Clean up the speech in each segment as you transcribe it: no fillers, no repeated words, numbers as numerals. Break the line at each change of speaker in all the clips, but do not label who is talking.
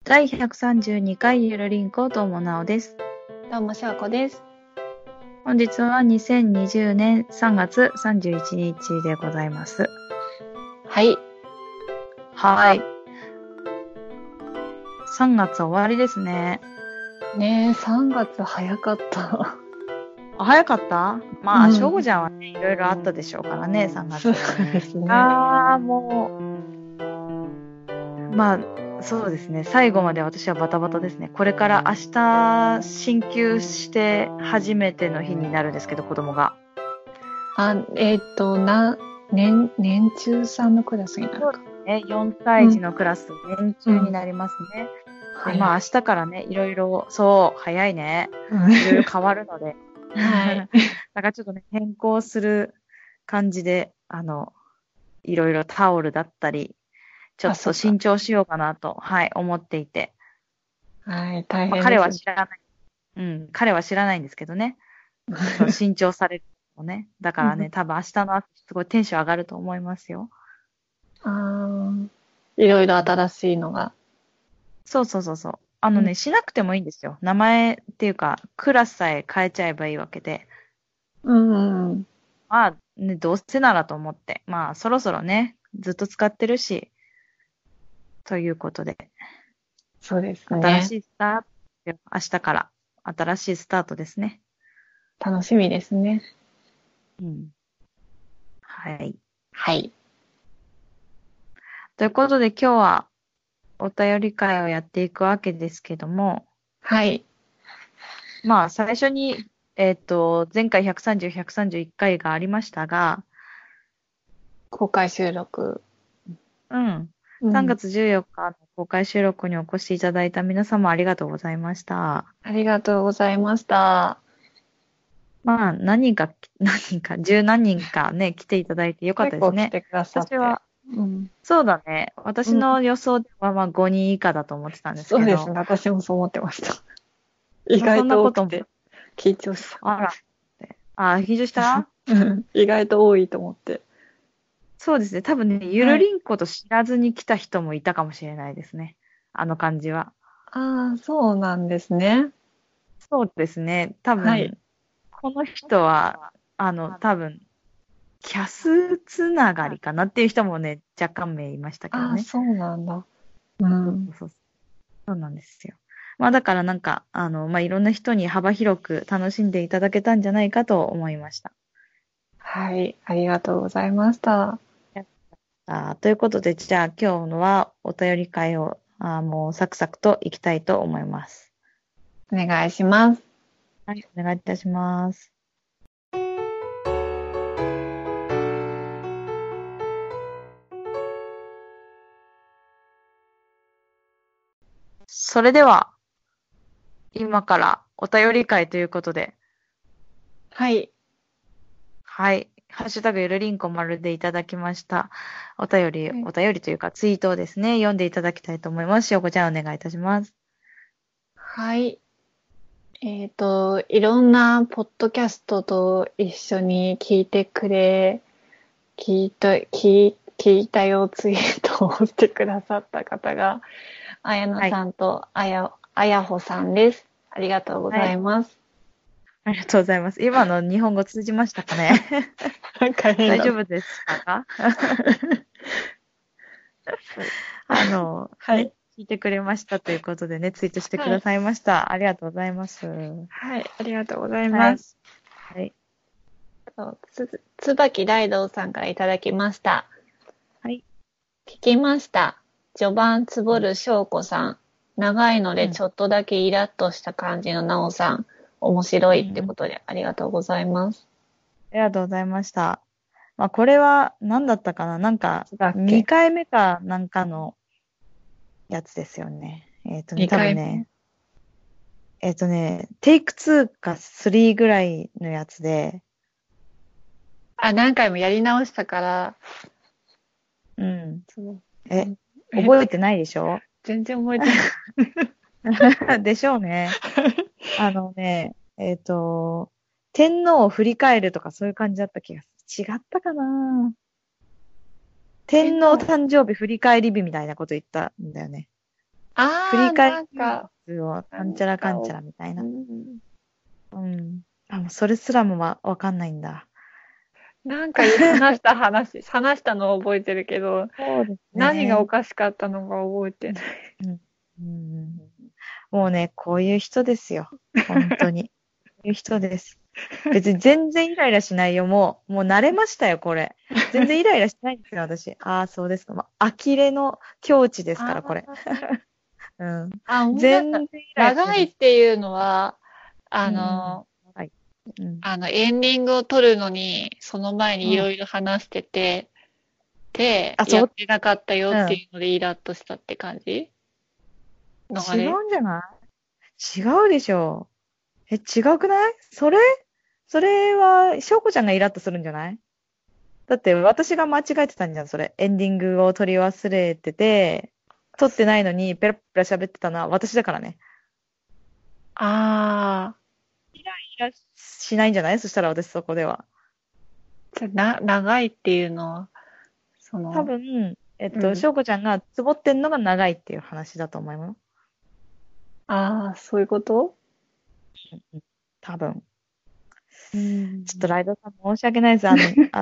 第132回ゆるりんこどうもなおです。
どうもしょうこです。
本日は2020年3月31日でございます。
はい。
はい。3月終わりですね。
ねえ、3月早かった。
早かった？まあ、しょうごちゃんはね、いろいろあったでしょうからね、3月。
そうですね。
もう、まあ、そうですね。最後まで私はバタバタですね。これから明日、進級して初めての日になるんですけど、子供が。
年中さんのクラスになるか。
ね、4歳児のクラス、年中になりますね。で、まあ明日からね、いろいろ、そう、早いね。いろいろ変わるので。
はい。
だからちょっとね、変更する感じで、いろいろタオルだったり、ちょっと新調しようかなと、はい、思っていて。
はい、大変です、
まあ、彼は知らない。うん、彼は知らないんですけどね。その新調されるのね。だからね、多分明日の朝、すごいテンション上がると思いますよ。
いろいろ新しいのが。
そう。しなくてもいいんですよ。名前っていうか、クラスさえ変えちゃえばいいわけで。まあ、ね、どうせならと思って。まあ、そろそろね、ずっと使ってるし、ということで。
そうですね。
新しいスタート、明日から新しいスタートですね。
楽しみですね。
うん。はい。
はい。
ということで今日はお便り会をやっていくわけですけども、
はい。
まあ、最初に、前回130、131回がありましたが、
公開収録。
うん。3月14日の公開収録にお越しいただいた皆様ありがとうございました。
ありがとうございました。
まあ、十何人かね、来ていただいてよかったですね。
結構来てくださって。
私は、そうだね。私の予想ではまあ5人以下だと思ってたんですけど。
そうですね。私もそう思ってました。意外と多くて、緊張した。
あら。緊張した
意外と多いと思って。
そうですね。多分ね、ゆるりんこと知らずに来た人もいたかもしれないですね。あの感じは。
そうなんですね。
そうですね。多分、この人は、多分、キャスつながりかなっていう人もね、若干名いましたけどね。
そうなんだ。
そうなんですよ。まあだからなんか、いろんな人に幅広く楽しんでいただけたんじゃないかと思いました。
はい、ありがとうございました。
ということで、じゃあ今日のはお便り会を、もうサクサクといきたいと思います。
お願いします。
はい、お願いいたします。それでは、今からお便り会ということで。
はい。
はい。ハッシュタグゆるりんこ丸でいただきました。お便りというかツイートをですね、読んでいただきたいと思います。しおこちゃんお願いいたします。
はい。いろんなポッドキャストと一緒に聞いたよツイートをしてくださった方が、あやなさんとあやほさんです。ありがとうございます。
ありがとうございます。今の日本語通じましたかね大丈夫ですか
はい。
聞いてくれましたということでね、ツイートしてくださいました。ありがとうございます。
はい、ありがとうございます。
はい。
椿大道さんからいただきました。
はい。
聞きました。序盤つぼる翔子さん。長いのでちょっとだけイラッとした感じのなおさん。面白いってことでありがとうございます。
ありがとうございました。まあ、これは何だったかななんか、2回目かなんかのやつですよね。多分ね、テイク2か3ぐらいのやつで。
何回もやり直したから。
うん。覚えてないでしょ
全然覚えて
ない。でしょうね。天皇を振り返るとかそういう感じだった気がする。違ったかな天皇誕生日振り返り日みたいなこと言ったんだよね。
あー、
振り返り
なんか、
をなんちゃらかんちゃらみたいな。
うん
うん。もうそれすらもわかんないんだ。
なんか話したのを覚えてるけど、
そうです
何がお
ね。
かしかったのか覚えてない。
うんうんもうね、こういう人ですよ。本当に。こういう人です。別に全然イライラしないよ。もう慣れましたよ、これ。全然イライラしないんですよ、私。ああ、そうですか。呆れの境地ですから、これ。うん。
思い出した。
全然イライラしない
長いっ
です。
ていうのは、
うんうん。はい。うん。
エンディングを撮るのに、その前にい
うん。
ろいろ話してて、で、
あ、
やってなかったよ
うん。
っていうのでイラッとしたって感じ流
違
れ。
うんじゃない違うでしょう。違くないそれは、翔子ちゃんがイラッとするんじゃないだって私が間違えてたんじゃん、それ。エンディングを取り忘れてて、撮ってないのにペラペラ喋ってたのは私だからね。
ああ、
イラしないんじゃないそしたら私そこでは。
じゃあ長いっていうのは、
多分、
うん。
翔子ちゃんがつぼってんのが長いっていう話だと思います。
ああ、そういうこと
うん多分。
うん。
ちょっとライドさん申し訳ないです。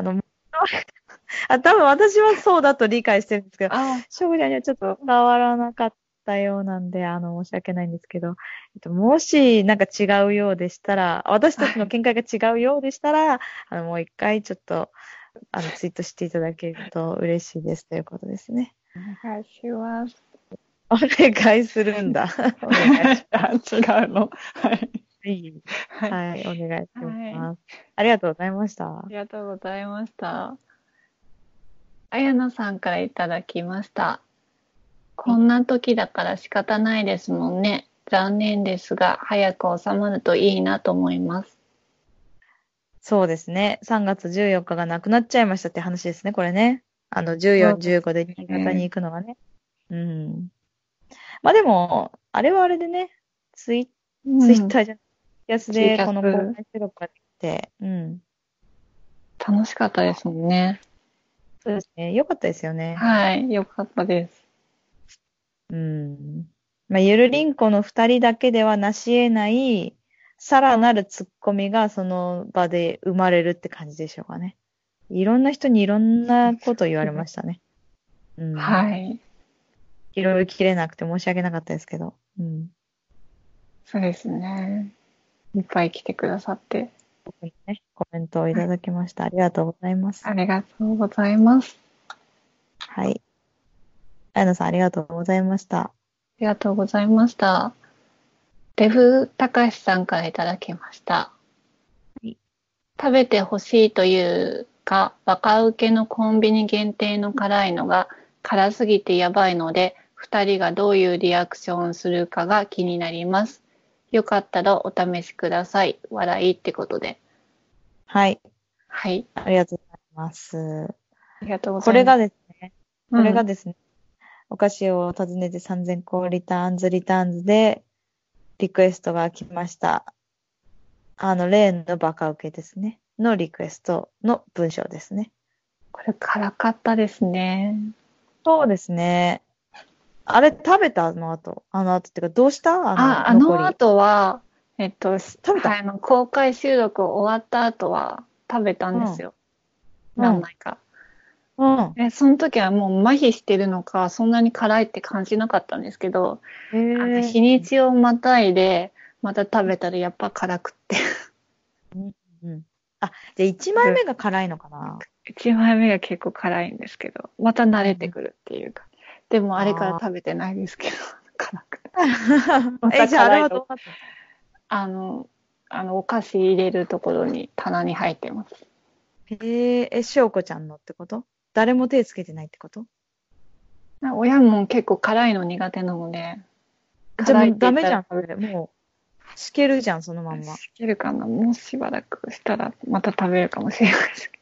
多分私はそうだと理解してるんですけど、
ああ、
翔子ちゃんにはちょっと伝わらなかったようなんで、申し訳ないんですけど、もしなんか違うようでしたら、私たちの見解が違うようでしたら、もう一回ちょっと、ツイートしていただけると嬉しいですということですね。
お願いします。
お願いするんだ。お願いし
あ、違うの。はい。
ます。いい
はい。
はい、お願いし
はい。
ます。ありがとうございました。
ありがとうございました。あやのさんからいただきました。こんな時だから仕方ないですもんね。残念ですが、早く収まるといいなと思います。
そうですね。3月14日がなくなっちゃいましたって話ですね、これね。14、
そうです
15で新潟に
ね。
行くのがね。うん。まあでも、あれはあれでね、ツイッ
うん。
ターじゃない、やつ
ツイキ
でこの公
ャス、
開収録ができて、うん。
楽しかったですもんね。
そうですね。よかったですよね。
はい、よかったです。
うん。まあ、ゆるりんこの二人だけではなし得ない、さらなるツッコミがその場で生まれるって感じでしょうかね。いろんな人にいろんなこと言われましたね。うん。
はい。
いろいろ聞きれなくて申し訳なかったですけど。うん。
そうですね。いっぱい来てくださって。
僕にね、コメントをいただきました。ありがとうございます。
ありがとうございます。
はい。あやなさんありがとうございました。
ありがとうございました。デフたかしさんからいただきました。食べてほしいというか、若受けのコンビニ限定の辛いのが辛すぎてやばいので、二人がどういうリアクションするかが気になります。よかったらお試しください。笑いってことで。
はい。
はい。
ありがとうございます。
ありがとうご
これが
ざいます。
ですね、これが
うん。
ですね、お菓子を訪ねて3000個リターンズでリクエストが来ました。例のバカ受けですね。のリクエストの文章ですね。
これ辛かったですね。
そうですね。あれ食べたあの後っていうか、どうした
あ
残り。
の後は、
食べた
公開収録終わった後は食べたん
うん。
ですよ。
うん。
何枚か。
うん。
その時はもう麻痺してるのか、そんなに辛いって感じなかったんですけど、
ええ
日にちをまたいで、また食べたらやっぱ辛くって。
うんうん。あ、じゃあ1枚目が辛いのかな
1枚目が結構辛いんですけど、また慣
うんうん。
れてくるっていうか。でもあれから
あ
食べてないですけど、辛くて。
あ。
また
じゃああれ
辛いの。
はどうなったの
あの、お菓子入れるところに棚に入ってます。
しょうこちゃんのってこと誰も手つけてないってこと
親も結構辛いの苦手なので、
じゃあも
辛いって言っ
うダメじゃん、
たら食べ
それ。もう、しけるじゃん、そのまんま。
いけるかな。もうしばらくしたらまた食べるかもしれないですけ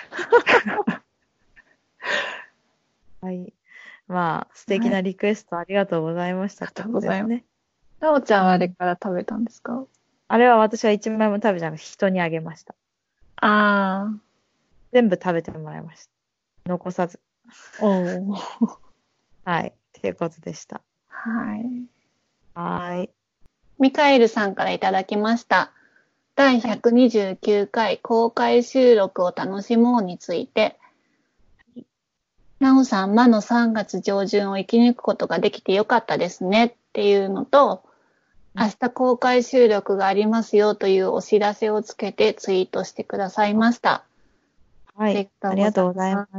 はい。まあ、素
ど。はい。
敵なリクエストありがとうございましたってこ
ありがとうございます。
とですね。
なおちゃんはあれ
うん。
から食べたんですか？
あれは私は一枚も食べてなくて人にあげました。
ああ
全部食べてもらいました。残さず。
ー、おー。
はい。っていうことでした。
はい。
はーい。
ミカエルさんからいただきました。第129回公開収録を楽しもうについて、なおさん、魔の3月上旬を生き抜くことができてよかったですねっていうのと、明日公開収録がありますよというお知らせをつけてツイートしてくださいました。
はい。ありがとうございます。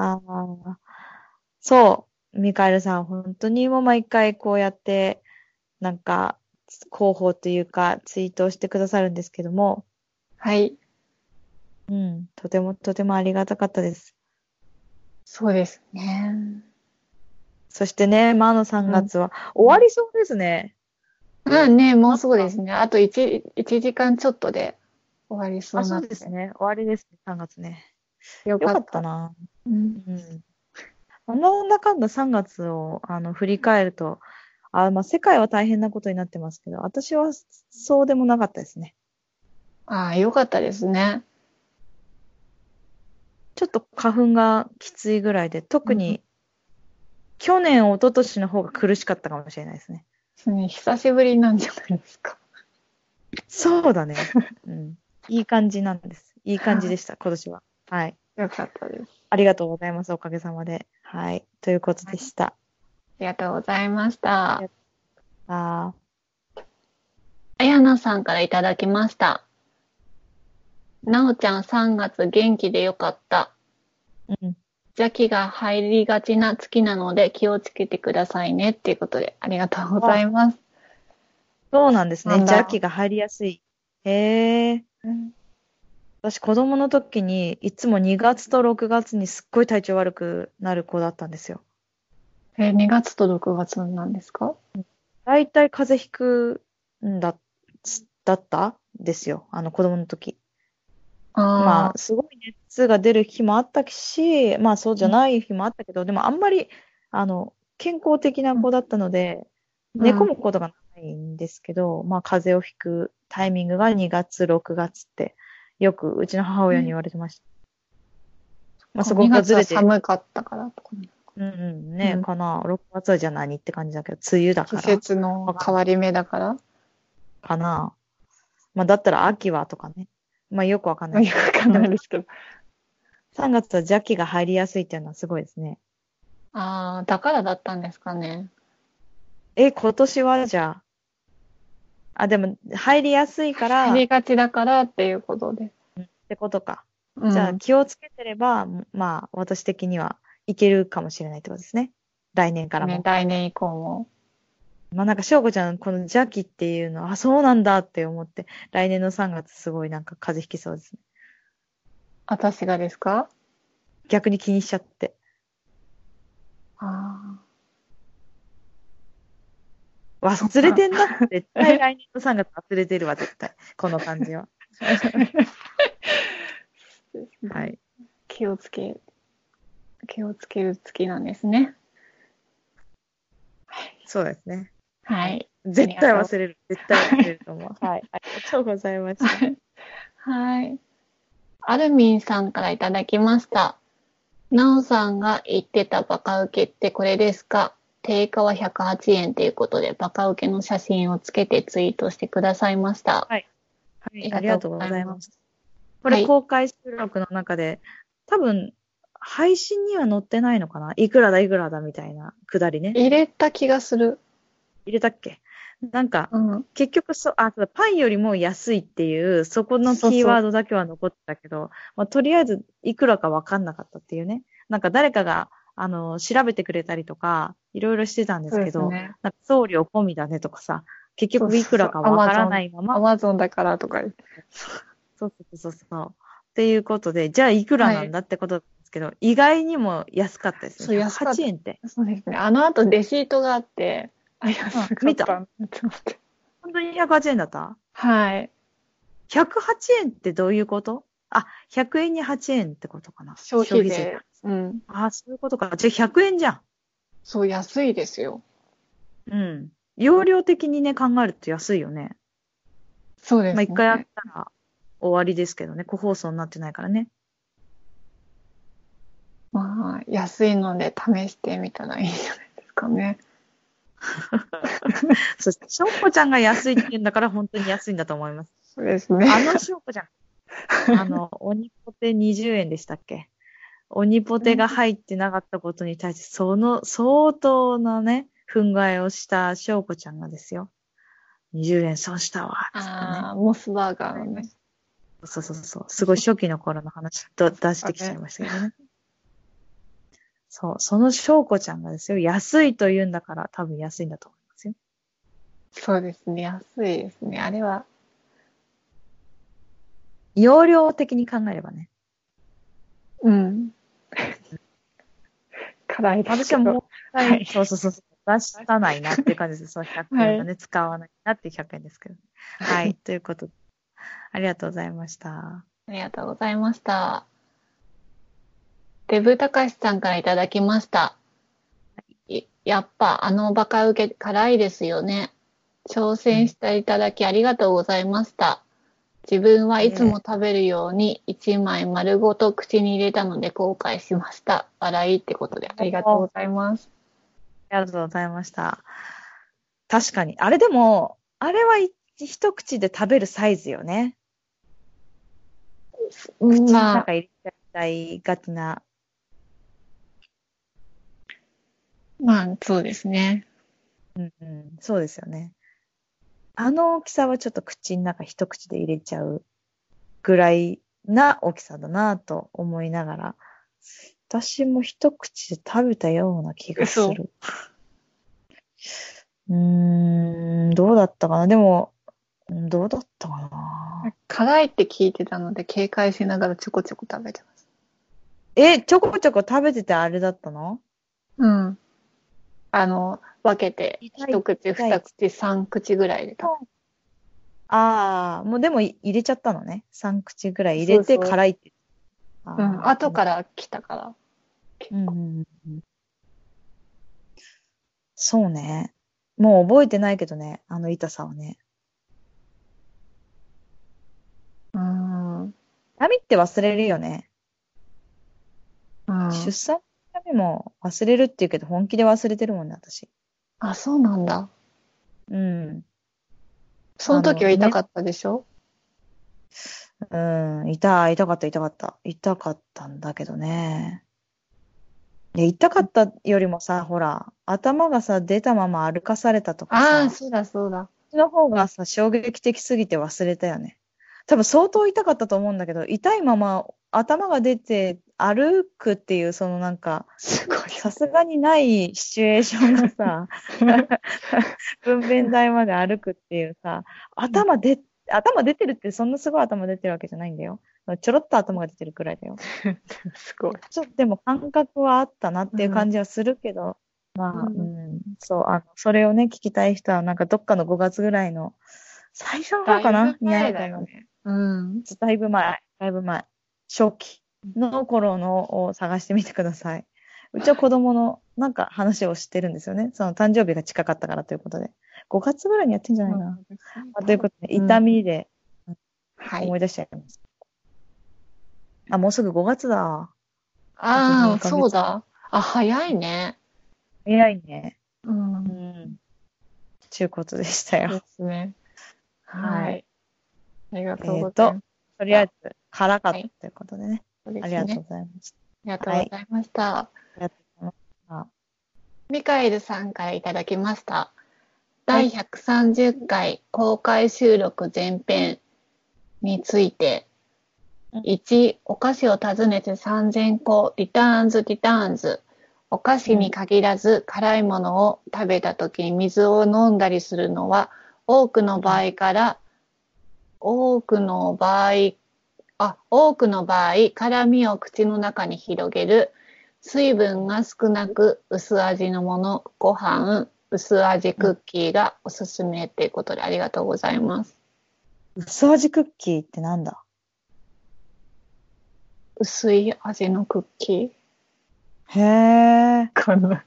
そう。ミカエルさん、本当にもう毎回こうやって、なんか、広報というか、ツイートをしてくださるんですけども、
はい。
とてもとてもありがたかったです。
そうですね。
そしてね、魔の3月は終わりそうですね。
ね、もうそうですね。あと1時間ちょっとで終わりそうな
そ
ので。
うですね。終わりですね、3月ね。よか
よかった。
ったな。
うん。
なんだかんだ3月を振り返ると、世界は大変なことになってますけど、私はそうでもなかったですね。
ああ、よかったですね。
ちょっと花粉がきついぐらいで、特に去年、一昨年の方が苦しかったかもしれないですね。
久しぶりなんじゃないですか。
そうだね。いい感じなんです。いい感じでした、今年は。はい。
よかったです。
ありがとうございます。おかげさまで。はい。ということでした。
ありがとうございました。
あ
あやなさんからいただきました。なおちゃん3月元気でよかった。邪気が入りがちな月なので気をつけてくださいねっていうことでありがとうございます。
そうなんですね。
なんだ。
邪気が入りやすい。へえ。私、子供の時に、いつも2月と6月にすっごい体調悪くなる子だったんですよ。
2月と6月なんですか？
だいたい風邪ひくだったんですよ。子供の時。
ああ、
すごい熱が出る日もあったし、そうじゃない日もあったけど、でもあんまり、健康的な子だったので、寝込むことがないんですけど、風邪をひくタイミングが2月、6月って、よくうちの母親に言われてました。そこがず
2月は
れて、
寒かったからとかね。
かな。6月はじゃあ何って感じだけど、梅雨だ
季
から。
節の変わり目だから。
かな。だったら秋はとかね。よくわかんない
よくわかんないですけど。
3月は邪気が入りやすいっていうのはすごいですね。
ああ、だからだったんですかね。
今年はじゃでも入りやすいから、
入りがちだからっていうことで。
ってことか。じゃあ
うん。
気をつけてれば、私的にはいけるかもしれないってことですね。来年から
ね、
も。
来年以降も。
なんか、しょうこちゃん、この邪気っていうのは、そうなんだって思って、来年の3月すごいなんか風邪ひきそうですね。
私がですか？
逆に気にしちゃって。
あ
忘れてんな。絶対来年の3月忘れてるわ、絶対。この感じは。
あ。
はい。
気をつける月なんですね。
そうですね。
はい。
絶対忘れる。絶対忘れると思う。はい。ありがとうございました。
はい。アルミンさんからいただきました。なおさんが言ってたバカ受けってこれですか？定価は108円ということで、バカ受けの写真をつけてツイートしてくださいました。
はい。はい。ありがとうございます。これ
はい。
公開収録の中で、多分、配信には載ってないのかないくらだいくらだみたいなくだりね。
入れた気がする。
入れたっけ？なんか、
うん。
結局そうだパンよりも安いっていう、そこのキーワードだけは残ってたけど、とりあえずいくらかわかんなかったっていうね。なんか誰かが、調べてくれたりとか、いろいろしてたんですけど、
ね、
なんか送料込みだねとかさ、結局いくらかわからないまま、
アマゾンだからとか言って。
そう。っていうことで、じゃあいくらなんだってことですけど、意外にも安かったですね。
そう、安かった。
108円って。
そうですね。あの後レシートがあって、安かった。
見た。本当に108円だった？
はい。
108円ってどういうこと？100円に8円ってことかな。
消費税。うん。
そういうことか。じゃあ100円じゃん。
そう、安いですよ。
うん。容量的にね、考えると安いよね。
そうですね。
一回あったら終わりですけどね。個包装になってないからね。
安いので試してみたらいいんじゃないですかね。
そして、しょうこちゃんが安いって言うんだから本当に安いんだと思います。
そうですね。
しょうこちゃん。鬼ポテ20円でしたっけ？鬼ポテが入ってなかったことに対して、その相当なね、憤慨をしたしょうこちゃんがですよ。20円損したわ、つってね。
モスバーガーのね。
そう。すごい初期の頃の話と出してきちゃいましたけどね。そう。そのしょうこちゃんがですよ。安いと言うんだから多分安いんだと思いますよ。
そうですね。安いですね。あれは。
容量的に考えればね。
うん。辛いですけど。
私はもう一回、はい、そう。出さないなっていう感じです。その100円がね、はい、使わないなっていう100円ですけど。はい。ということで、ありがとうございました。
ありがとうございました。デブたかしさんからいただきました。やっぱバカウケ辛いですよね。挑戦していただきありがとうございました。自分はいつも食べるように1枚丸ごと口に入れたので後悔しました。笑いってことでありがとうございます。
ありがとうございました。確かに。あれでも、あれは一口で食べるサイズよね。口の中入れちゃいたいがちな。
まあ、そうですね。
そうですよね。あの大きさはちょっと口の中一口で入れちゃうぐらいな大きさだなと思いながら、私も一口で食べたような気がする。どうだったかな。でも、どうだったかな。
辛いって聞いてたので警戒しながらちょこちょこ食べてます。
ちょこちょこ食べててあれだったの？
うん。分けて、一口、二口、三口ぐらいで食べる。
もうでも入れちゃったのね。3口ぐらい入れて辛いって。
後から来たから。
そうね。もう覚えてないけどね、あの痛さはね。痛みって忘れるよね。出産の痛みも忘れるって言うけど、本気で忘れてるもんね、私。
あ、そうなんだ。
うん。
その時は痛かったでしょ？
痛かった。痛かったんだけどね。痛かったよりもさ、ほら、頭がさ、出たまま歩かされたとかさ。
そうだ。そっ
ちの方がさ、衝撃的すぎて忘れたよね。多分相当痛かったと思うんだけど、痛いまま頭が出て歩くっていう、そのなんか、さすがにないシチュエーションがさ、分娩台まで歩くっていうさ、頭出てるってそんなすごい頭出てるわけじゃないんだよ。ちょろっと頭が出てるくらいだよ。
すごい。
ちょっとでも感覚はあったなっていう感じはするけど、そう、それをね、聞きたい人は、なんかどっかの5月ぐらいの、最初の方かなにあるかも。だいぶ前。初期の頃のを探してみてください。うちは子供のなんか話をしてるんですよね。その誕生日が近かったからということで。5月ぐらいにやってんじゃないかな。ということで、痛みで、思い出しちゃいます。もうすぐ5月だ。
そうだ。早いね。
早いね。ちゅうことでしたよ。
ですね。はい。ありがとうございます。
とりあえず、辛かったということでね。ありがとうございました。
ありがとうございました。ありがとうございました。ミカエルさんからいただきました。第130回公開収録前編について、1、お菓子を訪ねて3000個、リターンズ。お菓子に限らず辛いものを食べた時に水を飲んだりするのは、多くの場合、辛みを口の中に広げる、水分が少なく薄味のもの、ご飯、薄味クッキーがおすすめということでありがとうございます。
薄味クッキーってなんだ？
薄い味のクッキ
ー。へー。
かな。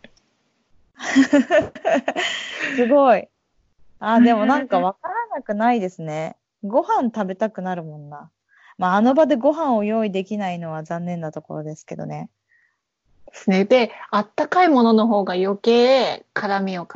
すごい。でもなんかわからなくないですね。ご飯食べたくなるもんな。あの場でご飯を用意できないのは残念なところですけどね。
ですね。で、あったかいものの方が余計辛みを感じる。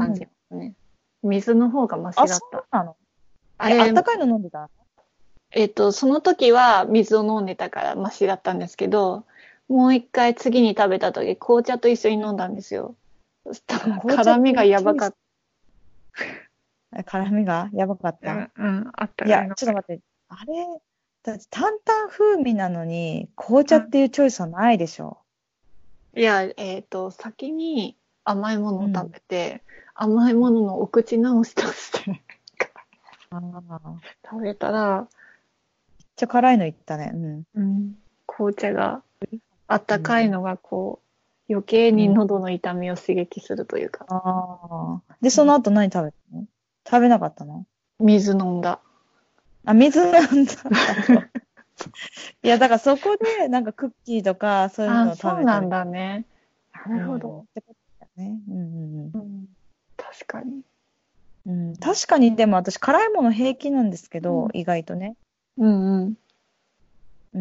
ね。水の方がマシだ
あ、
った。
そうなの？
あれ、
あったかいの飲んでた？
その時は水を飲んでたからマシだったんですけど、もう一回次に食べた時、紅茶と一緒に飲んだんですよ。そしたら、
紅茶って
辛みがやばかっ
辛みがやばかっ
た。
た？
あった
いや、
かいの。
ちょっと待って。あれ、だって担々風味なのに、紅茶っ
うん。
ていうチョイスはないでしょ。
いや、先に甘いものを食
うん。
べて、甘いもののお口直しとして
ああ、めっ
食べたら、
ちゃ辛いのいったね。うん。
うん、紅茶があったかい
うん。
のがこう、余計に
うん。
喉の痛みを刺激するというか、
ああ。で、
うん、
その後何食べたの？食べなかったの？
水飲んだ。
あ、水なんだ。あと。いや、だからそこで、なんかクッキーとか、そういう
あ、
のを食べたり。
そうなんだね。な
うん。っ
るほど。
てことだよね。うんうんうん。
うん、確かに。
うん、確かに、でも私、辛いもの平気なんですけど、
うん、
意外とね。
うんうん。
うん。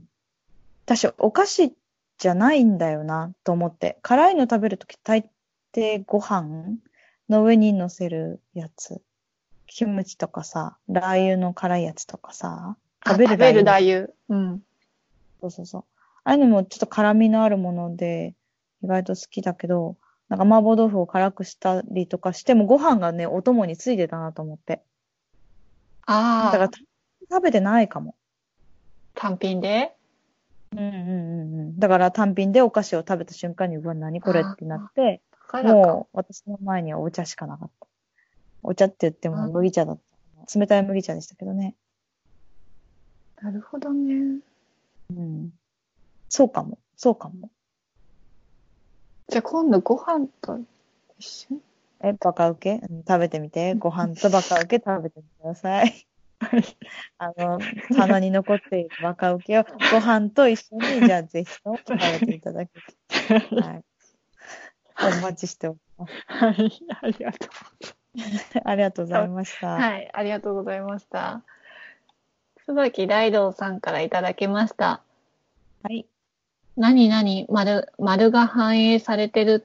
私、お菓子じゃないんだよな、と思って。辛いの食べるとき、大抵ご飯の上に乗せるやつ。キムチとかさ、ラー油の辛いやつとかさ、食
あ、
べる
食べる
ラー油の辛い。
ラー油。うん。
そうそうそう。ああいうのもちょっと辛みのあるもので、意外と好きだけど、なんか麻婆豆腐を辛くしたりとかしても、ご飯がね、お供についてたなと思って。だから、
ああ、
食べてないかも。
単品で。
うんうんうんうん。だから単品でお菓子を食べた瞬間に、うわ、何これってなっ
ああ、
て、
だからか。
もう私の前にはお茶しかなかった。お茶って言っても
あ、
麦茶だった。冷たい麦茶でしたけどね。
なるほどね。
うん。そうかも。そうかも。
じゃあ今度ご飯と一緒に。
バカウケ、うん、食べてみて。ご飯とバカウケ食べてみてください。
はい。
棚に残っているバカウケをご飯と一緒に、じゃあぜひとも食べていただき。はい。お待ちしております。
はい、ありがとう。
ありがとうございました。
はい、ありがとうございました。椿大道さんからいただきました。
はい。
何々丸が反映されてるって、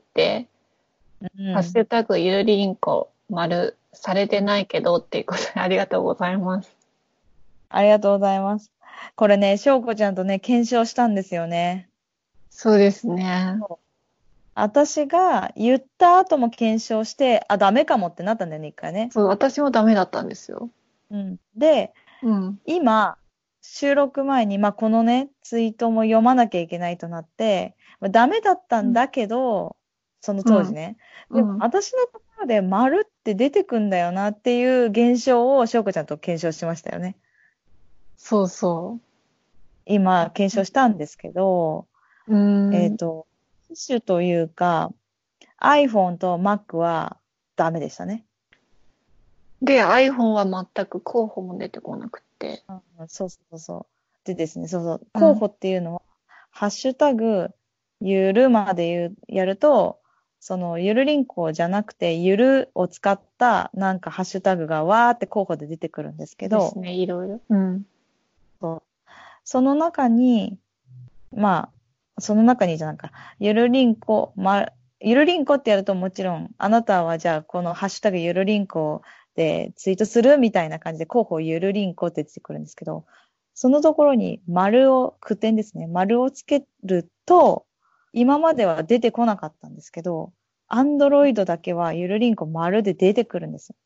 ハッシ
うん。
ュタグゆるりんこ丸されてないけどっていうことでありがとうございます。
ありがとうございます。これね、しょうこちゃんとね、検証したんですよね。
そうですね。
そう、私が言った後も検証して、あ、ダメかもってなったんだよね、一回ね。
そう、私もダメだったんですよ。
うん。で、
うん。
今、収録前に、まあ、このね、ツイートも読まなきゃいけないとなって、まあダメだった
うん。
んだけど、その
うん。
当時ね。でも、
うん。
私のところで丸って出てくんだよなっていう現象をしょうこちゃんと検証しましたよね。
そうそ
今、検証したんですけど、
う。ん。
機種というか、iPhone と Mac はダメでしたね。
で、iPhone は全く候補も出てこなくって。
うん、そうそうそう。でですね、そうそう。
うん。
候補っていうのは、ハッシュタグ、ゆるまでやると、その、ゆるりんこじゃなくて、ゆるを使った、なんかハッシュタグがわーって候補で出てくるんですけど、
ですね、いろいろ。うん。
その中に、まその中にじゃなんか、ゆるりんこ、ゆるりんこってやるともちろん、あなたはじゃあこのハッシュタグゆるりんこでツイートするみたいな感じで候補ゆるりんこって出てくるんですけど、そのところに句点ですね。丸をつけると、今までは出てこなかったんですけど、アンドロイドだけはゆるりんこ丸で出てくるんですよ。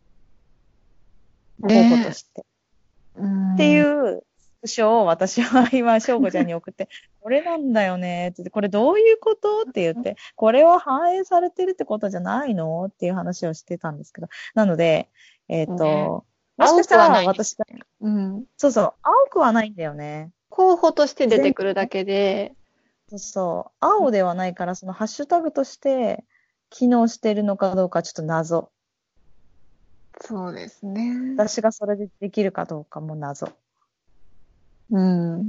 候補と
ね
して。
え。う
ってい
ん。
うスクショを私は今、翔子ちゃんに送って、これなんだよねって言って、これどういうことって言って、これは反映されてるってことじゃないのっていう話をしてたんですけど。なので、
ね。
もしかした
青くはないんです
ら私が、
ね。うん。
そうそう、青くはないんだよね。
候補として出て
全
くるだけで、
そうそう、青ではないから、そのハッシュタグとして機能してるのかどうかちょっと謎。
そうですね。
私がそれでできるかどうかも謎。ちょ
うん。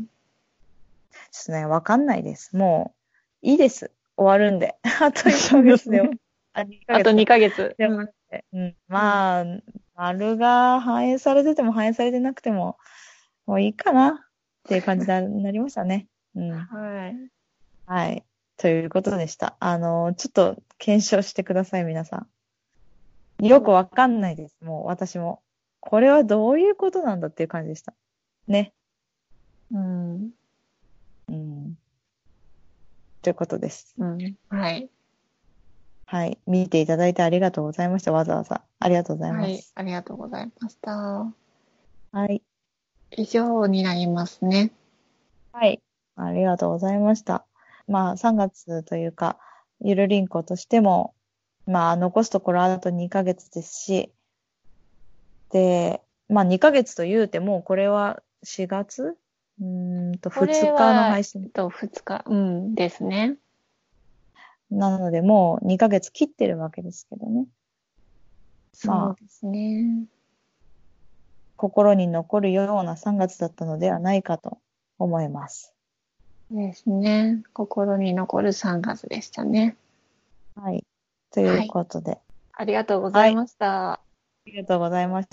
っとね、わかんないです。もう、いいです。終わるんで。あと1
そう
ヶ月で、
ですね。
あ、2
あと
ヶ月か。
2ヶ月。
で終わ
うん。
るんで。うん。
うん。
まあ、丸が反映されてても反映されてなくても、もういいかなっていう感じになりましたね。うん。
はい。
はい。ということでした。ちょっと検証してください、皆さん。 よくわかんないです。もう私も。これはどういうことなんだっていう感じでした。ね。
うん。
うん。ということです。
うん。はい。
はい。見ていただいてありがとうございました。わざわざ。ありがとうござい
はい。
ます。
ありがとうございました。
はい。
以上になりますね。
はい。ありがとうございました。まあ、3月というか、ゆるりんことしても、まあ、残すところあと2ヶ月ですし、で、まあ、2ヶ月と言うても、これは4月
これ
2日の
は、
配信。
2日、うんですね。
なので、もう2ヶ月切ってるわけですけどね。まあ、
そうですね。
心に残るような3月だったのではないかと思います。
ですね。心に残る3月でしたね。
はい。という
はい。
ことで。
ありがとうござ
はい。
いました。
ありがとうございました。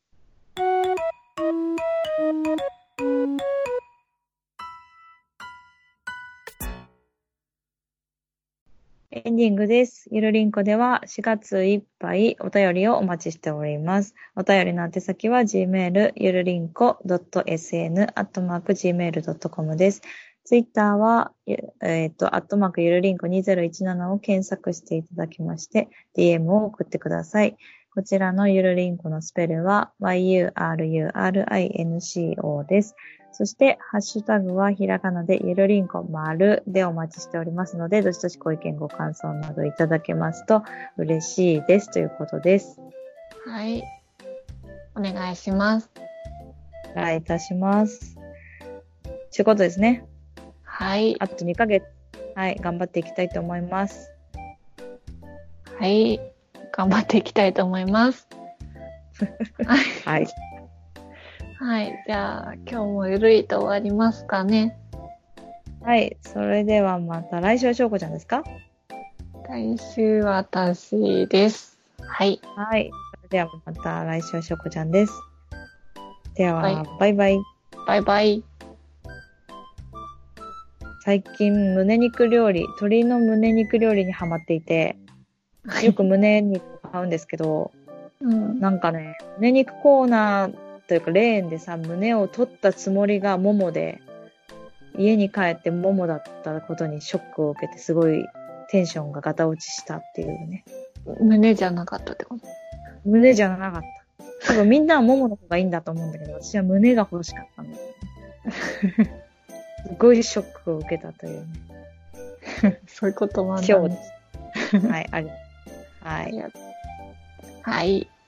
エンディングです。ゆるりんこでは4月いっぱいお便りをお待ちしております。お便りの宛先は gmail ゆるりんこ .sn@gmail.com です。ツイッターは、アットマークゆるりんこ2017を検索していただきまして、DM を送ってください。こちらのゆるりんこのスペルは yurinco です。そして、ハッシュタグはひらがなでゆるりんこ丸でお待ちしておりますので、どしどしご意見ご感想などいただけますと嬉しいですということです。
はい。お願いします。
お願いいたします。ということですね。
はい。
あと2ヶ月、はい、頑張っていきたいと思います。
はい。頑張っていきたいと思います。
はい。
はい。じゃあ、今日もゆるいと終わりますかね。
はい。それではまた来週はしょうこちゃんですか？
来週は私です。はい。
はい。それではまた来週はしょうこちゃんです。では、
はい。
バイバイ。
バイバイ。
最近胸肉料理、鶏の胸肉料理にハマっていて、よく胸肉買うんですけど、
うん。
なんかね、胸肉コーナーというかレーンでさ、胸を取ったつもりがももで、家に帰ってももだったことにショックを受けて、すごいテンションがガタ落ちしたっていうね。
胸じゃなかったってこと？
胸じゃなかった。多分みんなはももの方がいいんだと思うんだけど、私は胸が欲しかったんだよね。すごいショックを受けたというね。
そういうこともあるんだね。
今日です。はい、ありがとう。はい。
はい。